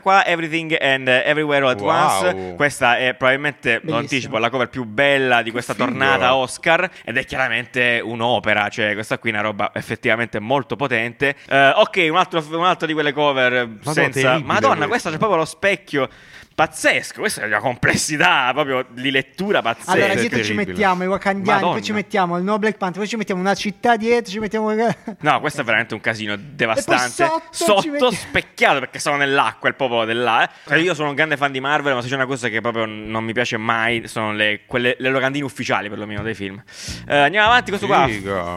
Qua Everything and Everywhere All at Wow. Once. Questa è probabilmente, lo anticipo, la cover più bella di questa tornata Oscar, ed è chiaramente un'opera, cioè questa qui è una roba effettivamente molto potente. Ok, un altro di quelle cover senza... Madonna, questa c'è proprio lo specchio pazzesco, questa è una complessità proprio di lettura pazzesca. Allora dietro ci mettiamo i wakandiani, poi ci mettiamo il nuovo Black Panther, poi ci mettiamo una città dietro, ci mettiamo... No, questo è veramente un casino devastante. E poi sotto specchiato, perché sono nell'acqua il popolo dell'A. Cioè, io sono un grande fan di Marvel, ma se c'è una cosa che proprio non mi piace mai sono le locandine ufficiali, perlomeno, dei film. Andiamo avanti, questo qua.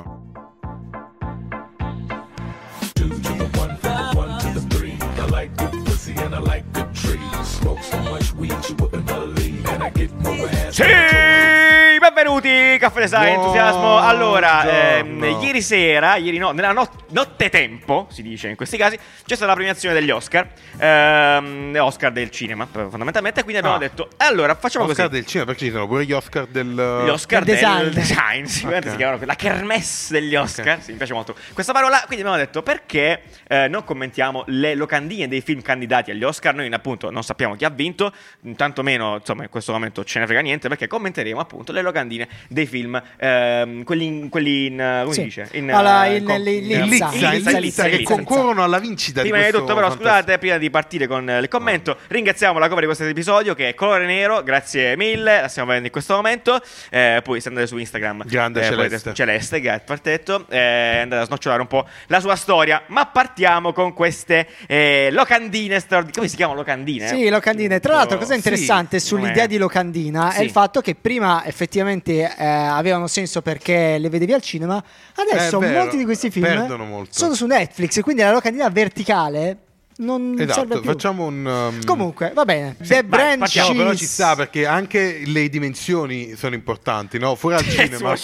Sì, benvenuti, Caffè Design, entusiasmo. Allora, ieri sera, nella notte tempo, si dice in questi casi, c'è stata la premiazione degli Oscar, Oscar del cinema, fondamentalmente, quindi abbiamo detto, allora facciamo Oscar così. del cinema, perché ci sono pure gli Oscar Gli Oscar del design, si Okay. chiamano la kermesse degli Oscar, sì, mi piace molto questa parola, quindi abbiamo detto perché non commentiamo le locandine dei film candidati agli Oscar. Noi appunto non sappiamo chi ha vinto, tantomeno insomma in questo momento ce ne frega niente, perché commenteremo appunto le locandine dei film, quelli in come si dice? In Lizza, che concorrono alla vincita prima di questo tutto, però scusate, prima di partire con il commento, ringraziamo la cover di questo episodio che è colore nero, grazie mille, la stiamo vedendo in questo momento. Poi se andate su Instagram, grande Celeste, perfetto, andate a snocciolare un po' la sua storia. Ma partiamo con queste locandine come si chiamano, locandine? Sì, locandine. Tra l'altro, cosa interessante sull'idea di locandina è il fatto che prima effettivamente avevano senso perché le vedevi al cinema, adesso molti di questi film sono su Netflix, quindi la locandina verticale non serve più. Facciamo un comunque va bene. Però ci sta, perché anche le dimensioni sono importanti, no? Fuori al cinema.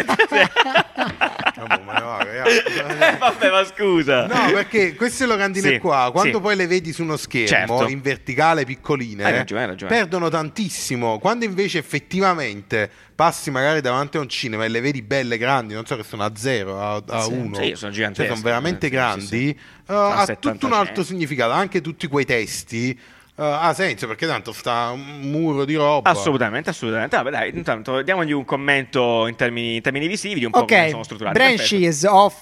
Vabbè, ma scusa. No, perché queste locandine qua, quando poi le vedi su uno schermo in verticale piccoline, hai ragione. perdono tantissimo. Quando invece effettivamente passi magari davanti a un cinema e le vedi belle grandi, non so, che sono a 0, a 1, sono gigantesche, sono veramente grandi, ha tutto un altro significato. Anche tutti quei testi ha senso, perché tanto sta un muro di roba. Assolutamente. Vabbè, dai, intanto diamogli un commento in termini visivi di un po' come sono strutturati. Branches of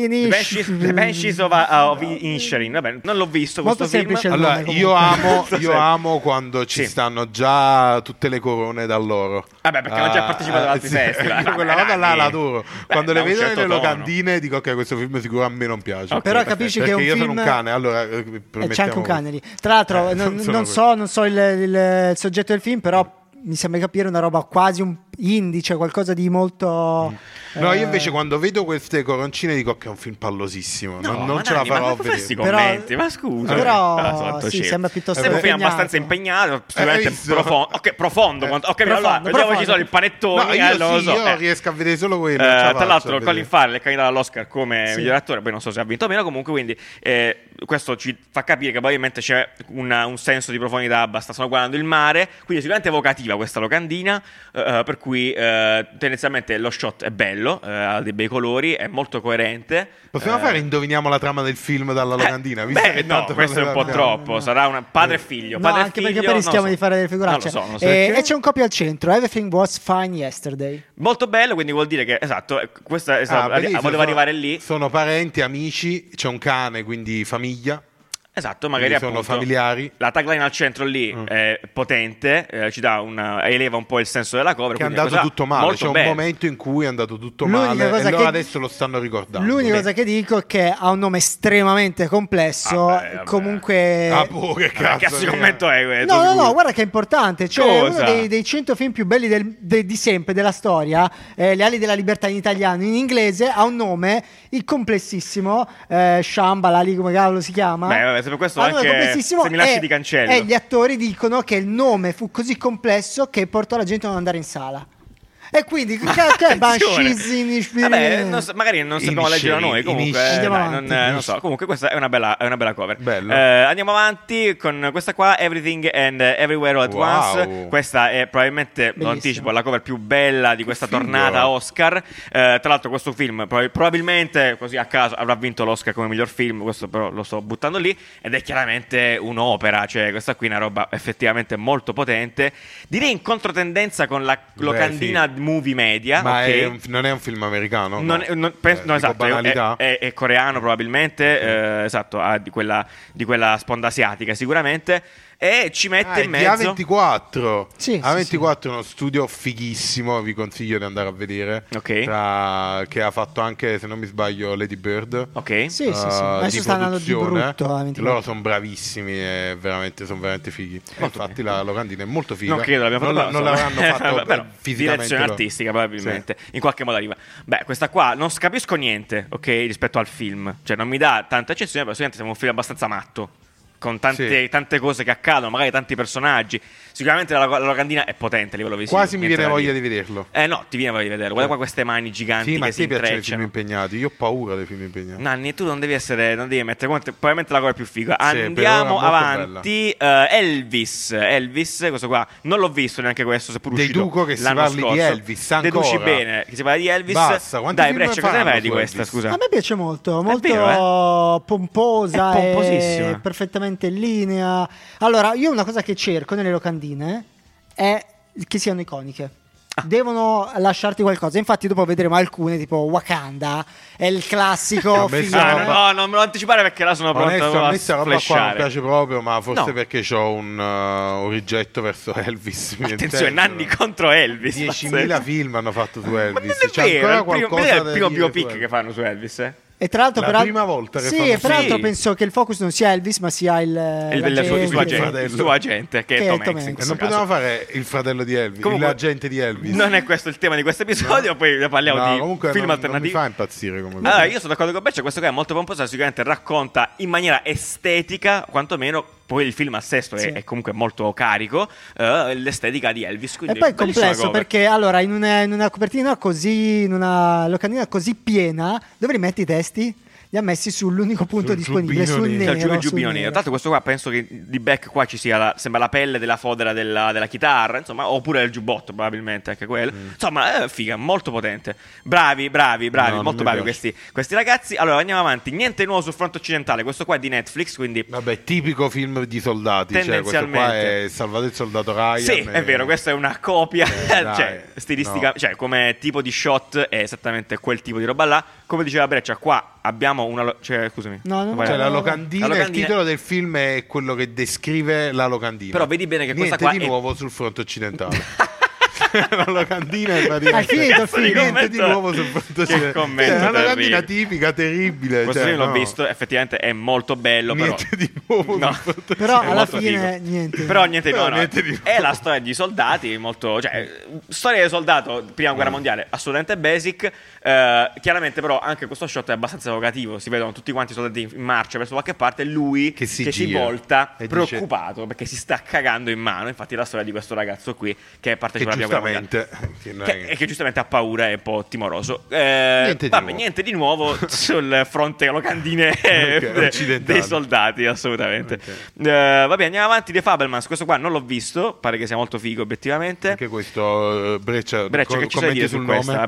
Inisherin. Vabbè, non l'ho visto molto questo film. Allora, io amo quando ci stanno già tutte le corone dall'oro. Vabbè, perché hanno già partecipato ad altri festival. Quella roba là l'adoro. Quando le vedo nelle locandine dico ok, questo film sicuro a me non piace. Però capisci che è un io film... sono un cane, allora c'è anche un cane lì. Tra l'altro non so il soggetto del film, però mi sembra capire una roba quasi un indice, qualcosa di molto... No, io invece quando vedo queste coroncine dico che è un film pallosissimo. Non ce la farò a vedere. Questi commenti, ma scusa. Però sembra piuttosto un film abbastanza impegnato, profondo. Vediamoci solo il panettone. Io riesco a vedere solo quello. Tra l'altro Colin Farrell è candidato all'Oscar come miglior attore, poi non so se ha vinto o meno, comunque, quindi questo ci fa capire che probabilmente c'è un senso di profondità abbastanza. Stanno guardando il mare, quindi sicuramente evocativa questa locandina, per cui tendenzialmente lo shot è bello, ha dei bei colori, è molto coerente. Possiamo fare indoviniamo la trama del film dalla locandina? Questo è un po' troppo. Sarà un padre e figlio. Anche perché poi rischiamo di fare delle figuracce. Non so e c'è un copio al centro. Everything was fine yesterday. Molto bello, quindi vuol dire che questa voleva arrivare lì. Sono parenti, amici, c'è un cane, quindi famiglia. Esatto, magari sono familiari. La tagline al centro lì è potente, ci dà eleva un po' il senso della cover. Che è andato tutto male. C'è un momento in cui è andato tutto male e loro adesso lo stanno ricordando. L'unica cosa che dico è che ha un nome estremamente complesso. Comunque, che cazzo di commento è questo? No, guarda che è importante. Cioè, uno dei 100 film più belli di sempre, della storia, Le ali della libertà in italiano, in inglese ha un nome, il complessissimo Shambhala, lì come cavolo si chiama? Beh, per questo anche se mi lasci di cancello. E gli attori dicono che il nome fu così complesso che portò la gente a non andare in sala. E quindi che è Banshees vabbè, magari non sappiamo leggere noi. Comunque, non so. Comunque, questa è una bella cover. Andiamo avanti con questa qua, Everything and Everywhere All at Once. Questa è probabilmente, lo anticipo, la cover più bella di questa tornata Oscar. Tra l'altro, questo film probabilmente, così a caso, avrà vinto l'Oscar come miglior film. Questo però lo sto buttando lì. Ed è chiaramente un'opera. Cioè, questa qui è una roba effettivamente molto potente. Direi in controtendenza con la locandina movie media. Ma non è un film americano? Esatto, è coreano probabilmente, esatto, ha di quella sponda asiatica sicuramente. E ci mette in mezzo A24. A24 è uno studio fighissimo, vi consiglio di andare a vedere. Che ha fatto anche, se non mi sbaglio, Lady Bird. Sì. Adesso sta andando di brutto. Loro sono bravissimi e sono veramente fighi. Infatti la locandina è molto figa. Non credo non l'avranno fatto fisicamente. Direzione artistica probabilmente. In qualche modo arriva. Beh, questa qua non capisco niente, rispetto al film. Cioè non mi dà tanta accezione, però sicuramente siamo un film abbastanza matto, con tante cose che accadono, magari tanti personaggi. Sicuramente la locandina è potente a livello visivo. Quasi mi viene voglia di vederlo. No, ti viene voglia di vederlo. Guarda qua queste mani giganti che si intrecciano. I film impegnati. Io ho paura dei film impegnati. Nanni, tu non devi mettere probabilmente la cosa più figa. Andiamo avanti. Elvis, questo qua non l'ho visto neanche questo, seppur uscito Deduco che si parli scorso. di Elvis ancora. Deduci bene che si parla di Elvis. Basta, dai, Breccia, cosa ne fai di questa? Scusa. A me piace molto vero, pomposa, è pomposissima, è perfettamente in linea. Allora, io una cosa che cerco nelle locandine è che siano iconiche. Devono lasciarti qualcosa. Infatti dopo vedremo alcune, tipo Wakanda è il classico no, non me lo anticipare perché là sono pronto a questa roba qua non piace proprio, ma forse perché ho un rigetto verso Elvis. Attenzione, Nanni contro Elvis. 10.000 film hanno fatto su Elvis. Ma non è vero, è il primo biopic che fanno su Elvis, E tra l'altro prima volta che fanno peraltro penso che il focus non sia Elvis, ma sia il suo agente che è Tom Hanks. Non potevamo fare il fratello di Elvis, l'agente di Elvis. Non è questo il tema di questo episodio, poi ne parliamo di film alternativi. Non mi fa impazzire come allora, io sono d'accordo con Beccia, questo qua è molto pomposo, sicuramente racconta in maniera estetica, quantomeno. Poi il film a sé è comunque molto carico, l'estetica di Elvis. E poi è complesso perché allora in una copertina così, in una locandina così piena, dove rimetti i testi? Li ha messi sull'unico punto disponibile, sul nero. Il giubbino nero. Tra l'altro questo qua penso che di back qua ci sia sembra la pelle della fodera della chitarra, insomma, oppure il giubbotto probabilmente anche quello. Insomma, figa, molto potente. Bravi, molto bravi questi ragazzi. Allora andiamo avanti, niente nuovo sul fronte occidentale. Questo qua è di Netflix, quindi vabbè, tipico film di soldati, questo qua è Salvate il soldato Ryan. Sì, è vero, questa è una copia, stilistica, cioè come tipo di shot è esattamente quel tipo di roba là. Come diceva Breccia, qua abbiamo scusami. La locandina, il titolo del film è quello che descrive la locandina. Però vedi bene che niente questa qua di nuovo sul fronte occidentale. La locandina è praticamente niente di nuovo sul fronte occidentale. È una locandina tipica, terribile. Questo film l'ho visto, effettivamente è molto bello. Niente di nuovo sul fronte però alla fine niente. Però niente di nuovo. È la storia di soldati, molto, storia di soldato, prima guerra mondiale, assolutamente basic. Chiaramente però anche questo shot è abbastanza evocativo. Si vedono tutti quanti i soldati in marcia verso qualche parte e lui che si volta preoccupato perché si sta cagando in mano. Infatti la storia di questo ragazzo qui che partecipa alla guerra mondiale e che giustamente ha paura, è un po' timoroso. Niente di nuovo sul fronte locandine dei soldati, assolutamente. Vabbè, andiamo avanti. The Fabelmans, questo qua non l'ho visto, pare che sia molto figo obiettivamente. Anche questo Breccia che ci sai dire sul nome?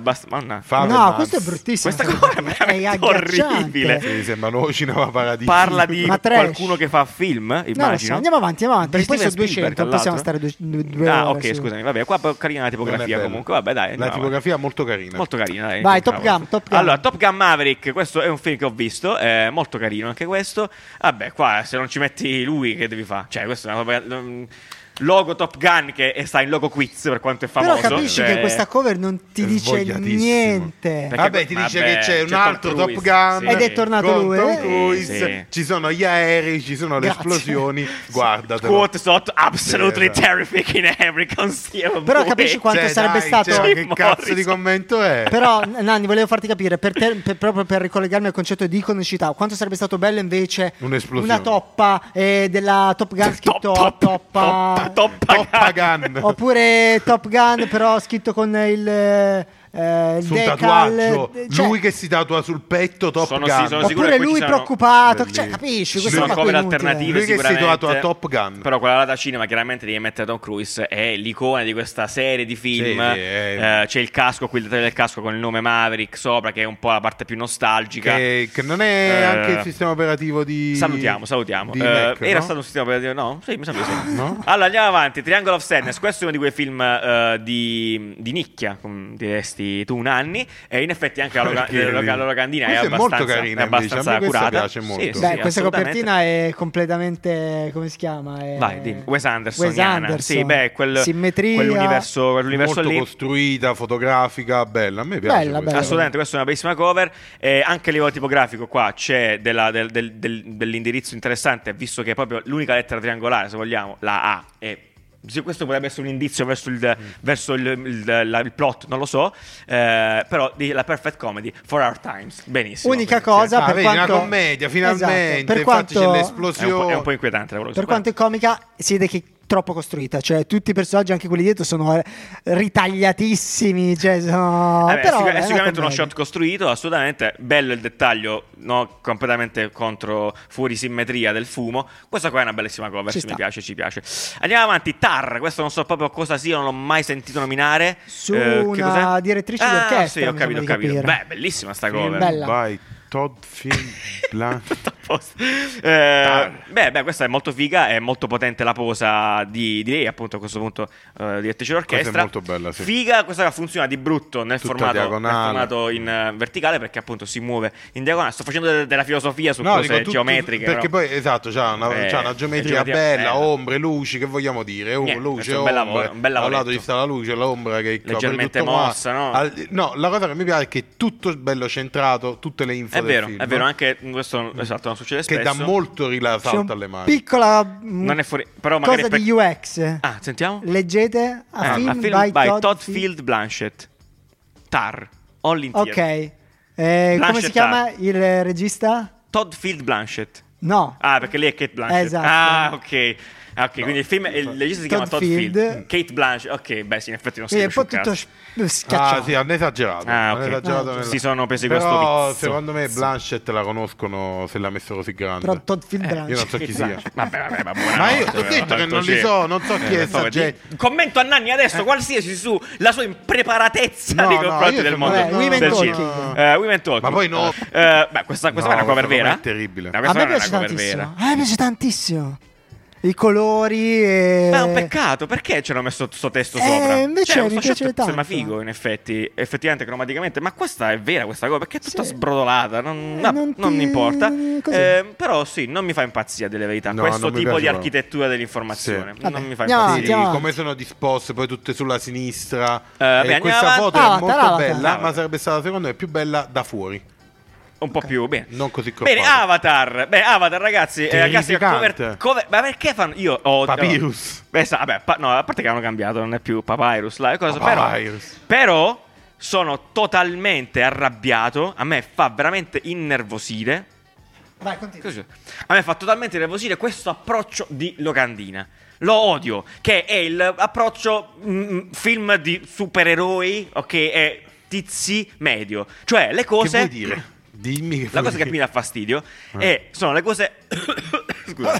No, questo è bruttissimo. Questa cosa è veramente orribile. Sì, sembra nuovo Cinema Paradiso. Parla di qualcuno che fa film, immagino. No, andiamo avanti. Perché poi sono 200, non possiamo stare due ore. Ok, scusami. Vabbè, qua carina la tipografia comunque. Vabbè, dai. La tipografia è molto carina. Molto carina, dai. Vai, Top Gun. Allora, Top Gun Maverick, questo è un film che ho visto, è molto carino anche questo. Vabbè, qua se non ci metti lui che devi fare? Cioè, questo è una logo Top Gun che sta in logo quiz per quanto è famoso. Però capisci che questa cover non ti dice niente. Vabbè, ti dice che c'è un altro Top Gun ed è tornato lui. Tom Cruise. Ci sono gli aerei, ci sono le esplosioni. Guardatelo. Quote sotto absolutely terrific in every conceivable. Però capisci quanto sarebbe stato. Che cazzo di commento è? Però Nanni, volevo farti capire proprio per ricollegarmi al concetto di iconicità, quanto sarebbe stato bello invece una toppa della Top Gun scritto toppa Top Gun. Oppure Top Gun, però scritto con il sul tatuaggio, lui che si tatua sul petto Top Gun. Oppure lui preoccupato, cioè capisci, ci sono cover alternative, lui che si tatua a Top Gun. Però quella là da cinema chiaramente devi mettere Tom Cruise, è l'icona di questa serie di film. C'è il casco, qui il dettaglio del casco con il nome Maverick sopra, che è un po' la parte più nostalgica, che non è anche il sistema operativo di salutiamo di Mac, era no? stato un sistema operativo, no? Sì, mi sa di sì. No? Allora andiamo avanti. Triangle of Sadness, questo è uno di quei film di nicchia, diresti tu un anni, e in effetti anche la locandina è abbastanza carina, è abbastanza accurata. Piace molto. Beh, questa copertina è completamente, come si chiama? Vai, Wes Anderson. Sì, beh, simmetria, quell'universo molto lì, costruita, fotografica, bella, a me piace. Bella. Assolutamente, questa è una bellissima cover. Anche a livello tipografico qua c'è dell'indirizzo interessante, visto che è proprio l'unica lettera triangolare, se vogliamo, la A, e questo potrebbe essere un indizio verso il plot, non lo so, però la perfect comedy for our times, benissimo. Unica cosa, per quanto una commedia finalmente, esatto, per infatti quanto c'è l'esplosione, è un po' inquietante per quanto è comica, si vede che troppo costruita, cioè tutti i personaggi, anche quelli dietro, sono ritagliatissimi, cioè sono... però è sicuramente uno shot costruito, assolutamente bello il dettaglio, no? Completamente fuori simmetria del fumo. Questa qua è una bellissima cover, ci piace. Andiamo avanti. Tar, questo non so proprio cosa sia, non l'ho mai sentito nominare. Su una direttrice di orchestra. Sì, ho capito. Beh, bellissima sta cover. Bella. Vai, Todd Field beh, questa è molto figa, è molto potente la posa di lei, appunto, a questo punto direttrice d'orchestra. Questa è molto bella, sì. Figa, questa funziona di brutto nel formato in verticale, perché appunto si muove in diagonale. Sto facendo della filosofia su cose geometriche. Perché poi, esatto, c'ha una geometria bella, ombre, luci, che vogliamo dire? Luce, ombre, un bel lavoro. Al lato ci sta la luce, l'ombra che leggermente mossa, no? No, la cosa che mi piace è che è tutto bello centrato, tutte le info del film. È vero, anche questo, esatto, non succede spesso. Che dà molto risalto alle mani. Piccola non è fuori, però cosa di UX. Sentiamo. Leggete a film by Todd Field Blanchett. Tar, All in Tears. Ok. Come si chiama il regista? Todd Field Blanchett. No. Perché lei è Kate Blanchett. Esatto. Ok, quindi il regista si chiama Todd Field. Kate Blanchett. Ok, beh sì, in effetti non si è un po' tutto schiacciato. Sì, hanno esagerato. Okay. Si sono presi questo Però vizio. secondo me Blanchett la conoscono se l'ha messo così grande. Però Todd Field Blanchett. Io non so chi sia. Vabbè, ma io ho detto che non li so, non so chi è sta gente. Commento a Nanni adesso qualsiasi su la sua impreparatezza nei confronti del mondo del cinema. Women Talking. Ma poi no. Questa è una cover vera. È terribile. A me piace tantissimo. A me piace tantissimo. I colori è un peccato, perché ci hanno messo questo testo sopra? Invece mi piace tanto. Sembra figo, in effetti, effettivamente cromaticamente. Ma questa è vera, questa cosa, perché è tutta sbrodolata. Non mi importa. Però sì, non mi fa impazzire, delle verità. Questo tipo di architettura dell'informazione non mi fa impazzire. Come sono disposte poi tutte sulla sinistra. Questa foto è molto bella, ma sarebbe stata secondo me più bella da fuori. Un po' più bene. Non così croppata. Bene, Avatar. Avatar, ragazzi, cover, ma perché fanno io Papyrus. No, a parte che hanno cambiato, non è più Papyrus, però sono totalmente arrabbiato, a me fa veramente innervosire. Vai, continua. A me fa totalmente innervosire questo approccio di locandina. Lo odio, che è l'approccio film di supereroi, ok, è tizi medio. Cioè le cose. Che vuoi dire? Dimmi che la cosa che mi dà fastidio sono le cose. Scusa.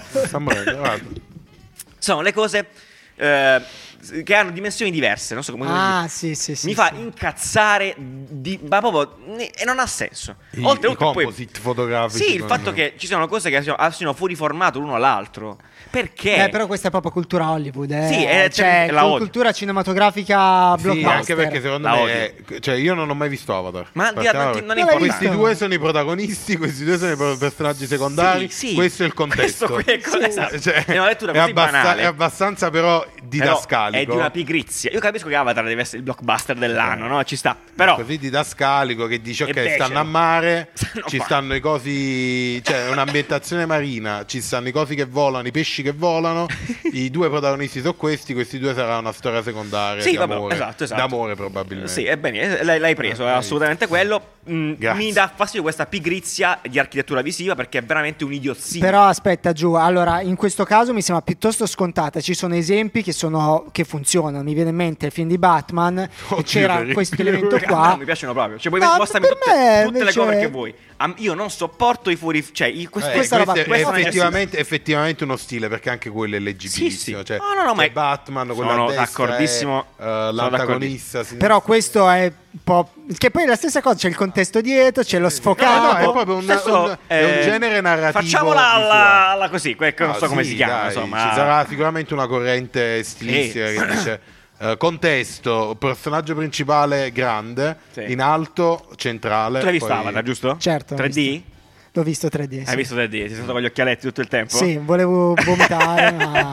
Sono le cose che hanno dimensioni diverse, non so come dire. Sì, mi fa incazzare ma proprio, e non ha senso. Oltretutto poi fotografici. Sì, il fatto che ci siano cose che siano fuori formato l'uno all'altro. Perché? Però questa è proprio cultura Hollywood. Sì, cioè cultura cinematografica blockbuster. Sì, anche perché secondo me cioè io non ho mai visto Avatar. Ma non è questi due sono i protagonisti, questi due sono i personaggi secondari. Sì. Questo è il contesto. È una lettura così banale. È abbastanza però didascalico. È di una pigrizia. Io capisco che Avatar deve essere il blockbuster dell'anno, no? Ci sta. Però così didascalico che dice ok, stanno a mare, ci stanno i cosi, cioè un'ambientazione marina, ci stanno i cosi che volano, i pesci che volano, i due protagonisti sono questi due sarà una storia secondaria di amore, esatto. d'amore probabilmente. Sì, ebbene, l'hai preso, è assolutamente quello. mi dà fastidio questa pigrizia di architettura visiva, perché è veramente un'idiozia. Però aspetta, Giù, allora in questo caso mi sembra piuttosto scontata. Ci sono esempi che funzionano. Mi viene in mente il film di Batman, e c'era questo elemento qua. No, mi piacciono proprio. Cioè, puoi mostrarmi tutte le cover che vuoi. Io non sopporto i fuori, cioè questa è effettivamente uno stile, perché anche quello è leggibilissimo. Sì. Cioè, ma Batman, sono d'accordissimo. L'antagonista. Però questo è un po', che poi è la stessa cosa, c'è il contesto dietro, c'è lo sfocato. No, è proprio è un genere narrativo. Facciamola così, non so come si chiama. Insomma, ci sarà sicuramente una corrente stilistica che dice. Contesto, personaggio principale grande, in alto, centrale. Tu l'hai visto Avatar, giusto? Certo. 3D? L'ho visto 3D. Hai visto 3D? Sei stato con gli occhialetti tutto il tempo? Sì, volevo vomitare.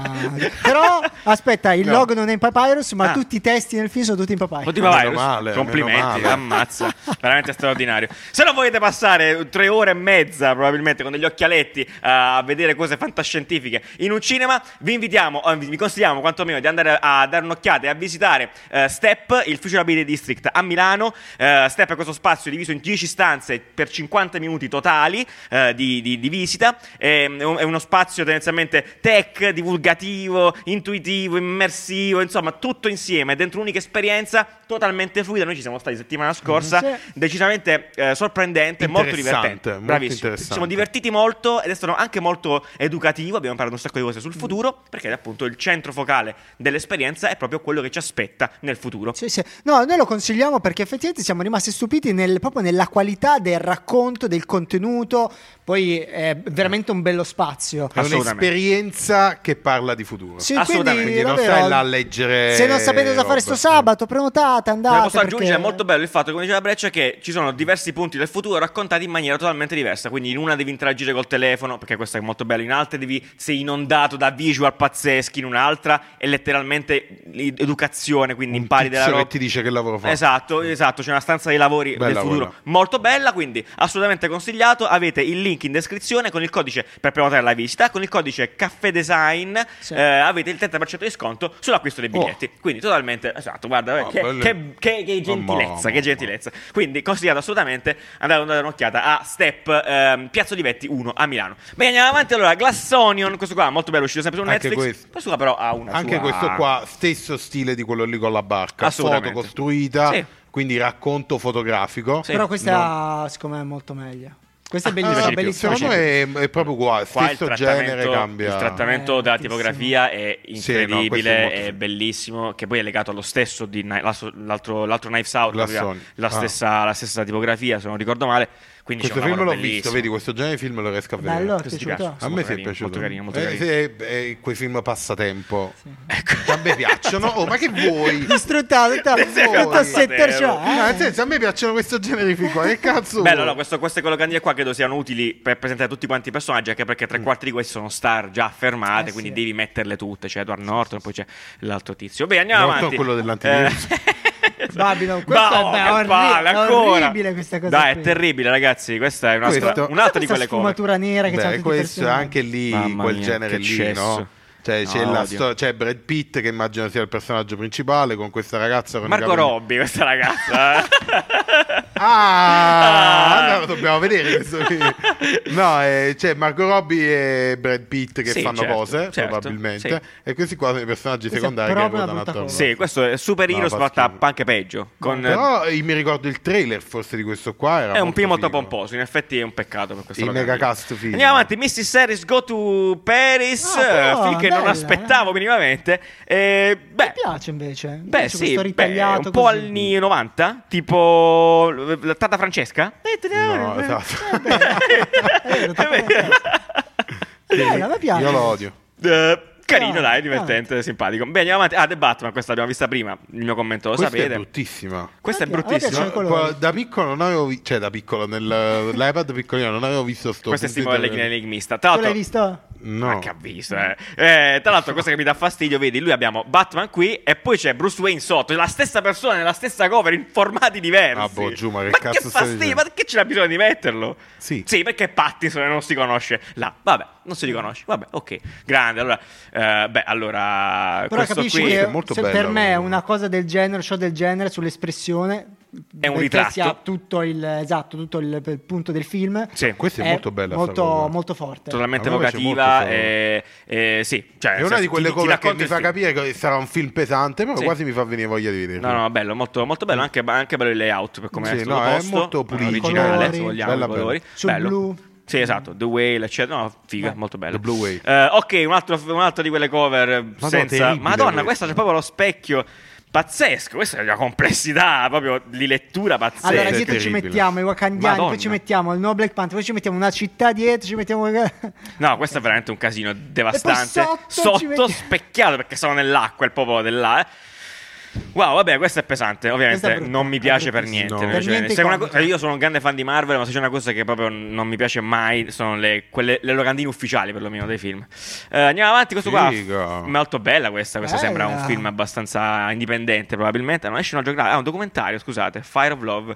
Però aspetta, il logo non è in Papyrus, ma tutti i testi nel film sono tutti in Papyrus. Tutti in Papyrus? Complimenti, ammazza. Veramente straordinario. Se non volete passare 3 ore e mezza probabilmente con degli occhialetti a vedere cose fantascientifiche in un cinema, vi consigliamo quantomeno di andare a dare un'occhiata e a visitare Step, il Futurability District a Milano. Step è questo spazio diviso in 10 stanze per 50 minuti totali di visita. È uno spazio tendenzialmente tech, divulgativo, intuitivo, immersivo, insomma tutto insieme dentro un'unica esperienza totalmente fluida. Noi ci siamo stati settimana scorsa, decisamente sorprendente, molto divertente, bravissimo. Ci siamo divertiti molto ed è stato anche molto educativo. Abbiamo imparato un sacco di cose sul futuro, perché appunto il centro focale dell'esperienza è proprio quello che ci aspetta nel futuro. Sì. No, noi lo consigliamo perché effettivamente siamo rimasti stupiti proprio nella qualità del racconto, del contenuto. Poi è veramente un bello spazio. È un'esperienza che parla di futuro. Sì, assolutamente. Quindi non stai là a leggere. Se non sapete cosa fare sto sabato, prenotate, andate. Posso aggiungere, è molto bello il fatto, come diceva Breccia, che ci sono diversi punti del futuro raccontati in maniera totalmente diversa. Quindi in una devi interagire col telefono, perché questo è molto bello. In altre sei inondato da visual pazzeschi. In un'altra è letteralmente educazione, quindi impari della roba. Che ti dice che lavoro fa. Esatto. C'è una stanza dei lavori del futuro molto bella, quindi assolutamente consigliato. Avete il link in descrizione con il codice per prenotare la visita, con il codice Caffè Design avete il 30% di sconto sull'acquisto dei biglietti. Quindi totalmente, esatto, guarda, che gentilezza, che gentilezza. Quindi consigliato assolutamente andare a dare un'occhiata a Step, Piazza Olivetti 1 a Milano. Bene, andiamo avanti. Allora, Glass Onion, questo qua molto bello, uscito sempre su Netflix. Questo qua però ha una anche questo qua stesso stile di quello lì con la barca, foto costruita, quindi racconto fotografico. Però questa secondo me è molto meglio. Questo è bellissimo. Secondo me è proprio uguale. Stesso genere cambia. Il trattamento della tipografia è incredibile, è bellissimo. Che poi è legato allo stesso di l'altro Knives Out, la stessa tipografia, se non ricordo male. Quindi questo film l'ho visto, vedi, questo genere di film lo riesco a vedere. Bello, a me si è piaciuto. Molto carino. Quei film passatempo a me piacciono. Ma che vuoi? Distruttato nel senso, a me piacciono questo genere di film qua. Che cazzo? Bello, no, queste locandine qua credo siano utili per presentare tutti quanti i personaggi, anche perché 3/4 di questi sono star già affermate, quindi devi metterle tutte. C'è Edward Norton, poi c'è l'altro tizio. Beh, andiamo avanti. Quello dell'antivirus. Babylon, questo è orribile questa cosa. Dai, è terribile, ragazzi. Questa è un'altra di quelle cose. Sfumatura nera che c'è questo è anche lì, quel genere lì, no? Cioè, c'è Brad Pitt, che immagino sia il personaggio principale, con questa ragazza con Margot Robbie, questa ragazza. Allora dobbiamo vedere questo. No, c'è Margot Robbie e Brad Pitt che fanno cose, probabilmente. E questi qua sono i personaggi secondari che ruotano attorno. Sì, questo è Super Heroes, fatta anche peggio. Però io mi ricordo il trailer forse di questo qua. È un film molto pomposo, in effetti è un peccato per questo. Il megacast film. Andiamo avanti. Mrs. Harris Go to Paris, film che non aspettavo minimamente. Mi piace invece. Beh, sì, un po' anni 90, tipo la Tata Francesca. No, esatto. Mi piace. Io lo odio. Carino, dai, divertente, simpatico. Bene, andiamo avanti. The Batman, questa l'abbiamo vista prima. Il mio commento lo sapete. Questa è bruttissima. Questa è bruttissima. Da piccolo non avevo visto, cioè da piccolo nell'iPad piccolino non avevo visto sto. Questo è tipo l'enigmista. Tu l'hai visto? No. Ma che ha visto, tra l'altro, cosa che mi dà fastidio, vedi, lui abbiamo Batman qui e poi c'è Bruce Wayne sotto, la stessa persona nella stessa cover in formati diversi. Giù, ma che cazzo che fastidio, ma perché c'era bisogno di metterlo? Sì, perché Pattinson non si conosce là. Vabbè, non si riconosce. Vabbè, ok. Grande, allora però capisci qui che è molto bello, per me una cosa del genere, show del genere sull'espressione è un ritratto. Sia tutto il punto del film. Sì, questa è molto bella, molto forte, totalmente evocativa. Sì, cioè, è una di quelle cose che mi fa capire che sarà un film pesante, però quasi mi fa venire voglia di vederlo. No, bello, molto, molto bello. Anche bello il layout per come è stato posto. È molto pulito, originale, se vogliamo, i colori. Sul blu. Sì, esatto, The Whale, eccetera. No, figa, molto bello. The Blue Whale. Ok, un'altra di quelle cover senza... Madonna, questa c'è proprio lo specchio. Pazzesco, questa è la complessità proprio di lettura pazzesca. Allora dietro ci mettiamo i wakandiani, poi ci mettiamo il nuovo Black Panther, poi ci mettiamo una città dietro, ci mettiamo... No, questo è veramente un casino devastante. Sotto specchiato perché sono nell'acqua il popolo dell'A. Wow, vabbè, questo è pesante. Ovviamente non mi piace per niente. Io sono un grande fan di Marvel, ma se c'è una cosa che proprio non mi piace mai sono le locandine ufficiali, perlomeno, dei film. Andiamo avanti. Questo qua è molto bella. Questa sembra un film abbastanza indipendente, probabilmente. Non esce una geografia. Un documentario, scusate, Fire of Love.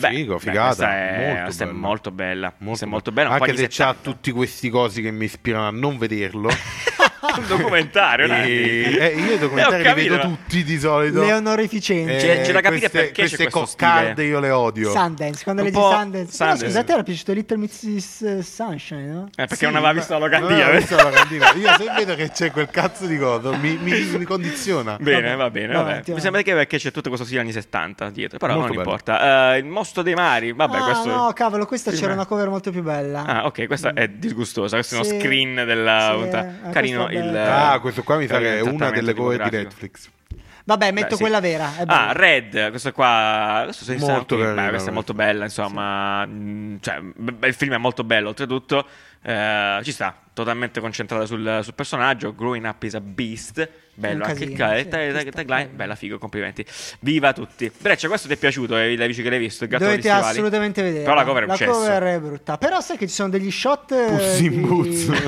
Figata. Questa è molto bella. Anche se c'ha tutti questi cosi che mi ispirano a non vederlo. Un documentario, io i documentari li vedo tutti di solito. Le onorificenze. C'è da capire perché c'è questo coccarde, io le odio. Sundance, quando leggi Sundance. Però scusa, a te era piaciuto Little Mrs. Sunshine, no? Perché non aveva visto la locandina. Io se vedo che c'è quel cazzo di cosa mi condiziona. Bene, va bene. Mi sembra che perché c'è tutto questo stile anni 70 dietro, però molto non importa. Il mostro dei mari, questo... no, cavolo, questa c'era una cover molto più bella. Ah, ok, questa è disgustosa. Questo è uno screen della carino. Questo qua mi sa che è una delle cover di Netflix. Vabbè, metto quella vera. Red, questo qua. Questo molto carino, questa è molto bella, insomma. Cioè, il film è molto bello, oltretutto. Ci sta, totalmente concentrata sul personaggio. Growing Up is a Beast. Bello anche il tagline. Bella, figo, complimenti. Viva a tutti. Breccia, questo ti è piaciuto? La dici che l'hai visto? Il gatto dovete assolutamente vedere. Però la cover è un cesso. La cover è brutta. Però sai che ci sono degli shot Puss in Boots.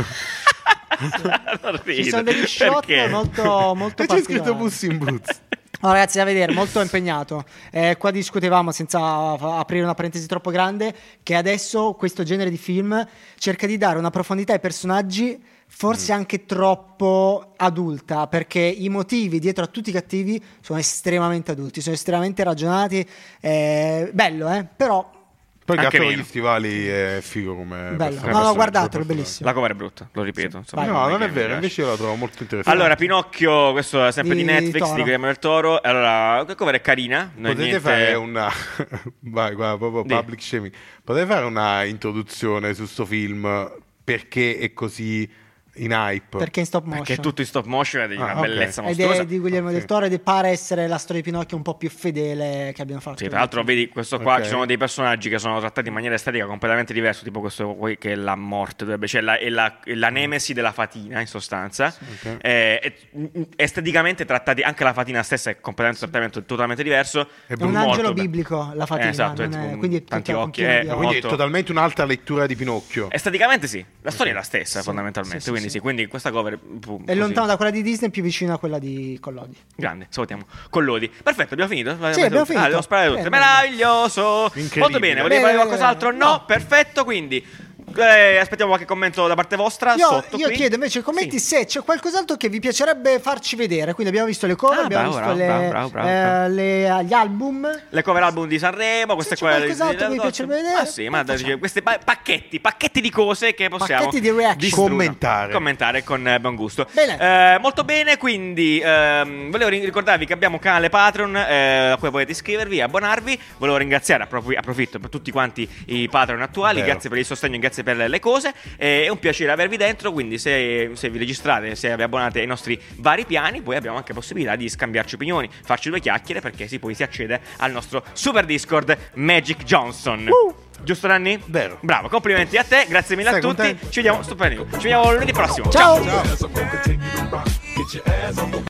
Ci sono degli shot molto particolari. C'è scritto Puss in Boots. No, ragazzi, da vedere, molto impegnato. Qua discutevamo, senza aprire una parentesi troppo grande, che adesso questo genere di film cerca di dare una profondità ai personaggi forse anche troppo adulta, perché i motivi dietro a tutti i cattivi sono estremamente adulti, sono estremamente ragionati. Bello, però... Poi il gatto con gli stivali è figo come bello. No, guardatelo, è bellissimo. La cover è brutta, lo ripeto. Insomma, no, non è vero, invece io la trovo molto interessante. Allora, Pinocchio, questo è sempre di Netflix, di Guillermo del Toro. Allora, la cover è carina. Potete fare una... Vai, proprio public shaming. Potete fare una introduzione su sto film, perché è così... in hype, perché in stop motion, perché è tutto in stop motion, è una bellezza mostruosa, ed è di Guillermo del Toro ed pare essere la storia di Pinocchio un po' più fedele che abbiamo fatto. Sì, tra l'altro vedi questo qua, ci sono dei personaggi che sono trattati in maniera estetica completamente diversa, tipo questo qui che è la morte, cioè la nemesi della fatina in sostanza. Esteticamente trattati, anche la fatina stessa è completamente un trattamento totalmente diverso. È un angelo biblico la fatina, esatto, quindi tanti occhi, quindi è totalmente un'altra lettura di Pinocchio. Esteticamente sì, la storia è la stessa fondamentalmente. Quindi questa cover è lontana da quella di Disney, più vicina a quella di Collodi. Grande, salutiamo Collodi. Perfetto, abbiamo finito? Sì, abbiamo finito. Devo sparare tutte. Meraviglioso. Molto bene, volete fare qualcos'altro? No, perfetto, quindi aspettiamo qualche commento da parte vostra. Io chiedo invece ai commenti se c'è qualcos'altro che vi piacerebbe farci vedere. Quindi abbiamo visto le cover, abbiamo visto gli album, le cover album di Sanremo. Queste c'è qualcos'altro che vi piacerebbe vedere? Ah sì, ma questi pacchetti di cose che possiamo commentare con buon gusto. Molto bene, quindi volevo ricordarvi che abbiamo un canale Patreon a cui potete iscrivervi e abbonarvi. Volevo ringraziare, approfitto per tutti quanti i Patreon attuali. Grazie per il sostegno, grazie per le cose, è un piacere avervi dentro, quindi se vi registrate, se vi abbonate ai nostri vari piani, poi abbiamo anche possibilità di scambiarci opinioni, farci due chiacchiere, perché poi si accede al nostro super Discord Magic Johnson. Giusto, Nanni? Vero. Bravo, complimenti a te, grazie mille a tutti. Ci vediamo lunedì prossimo. Ciao.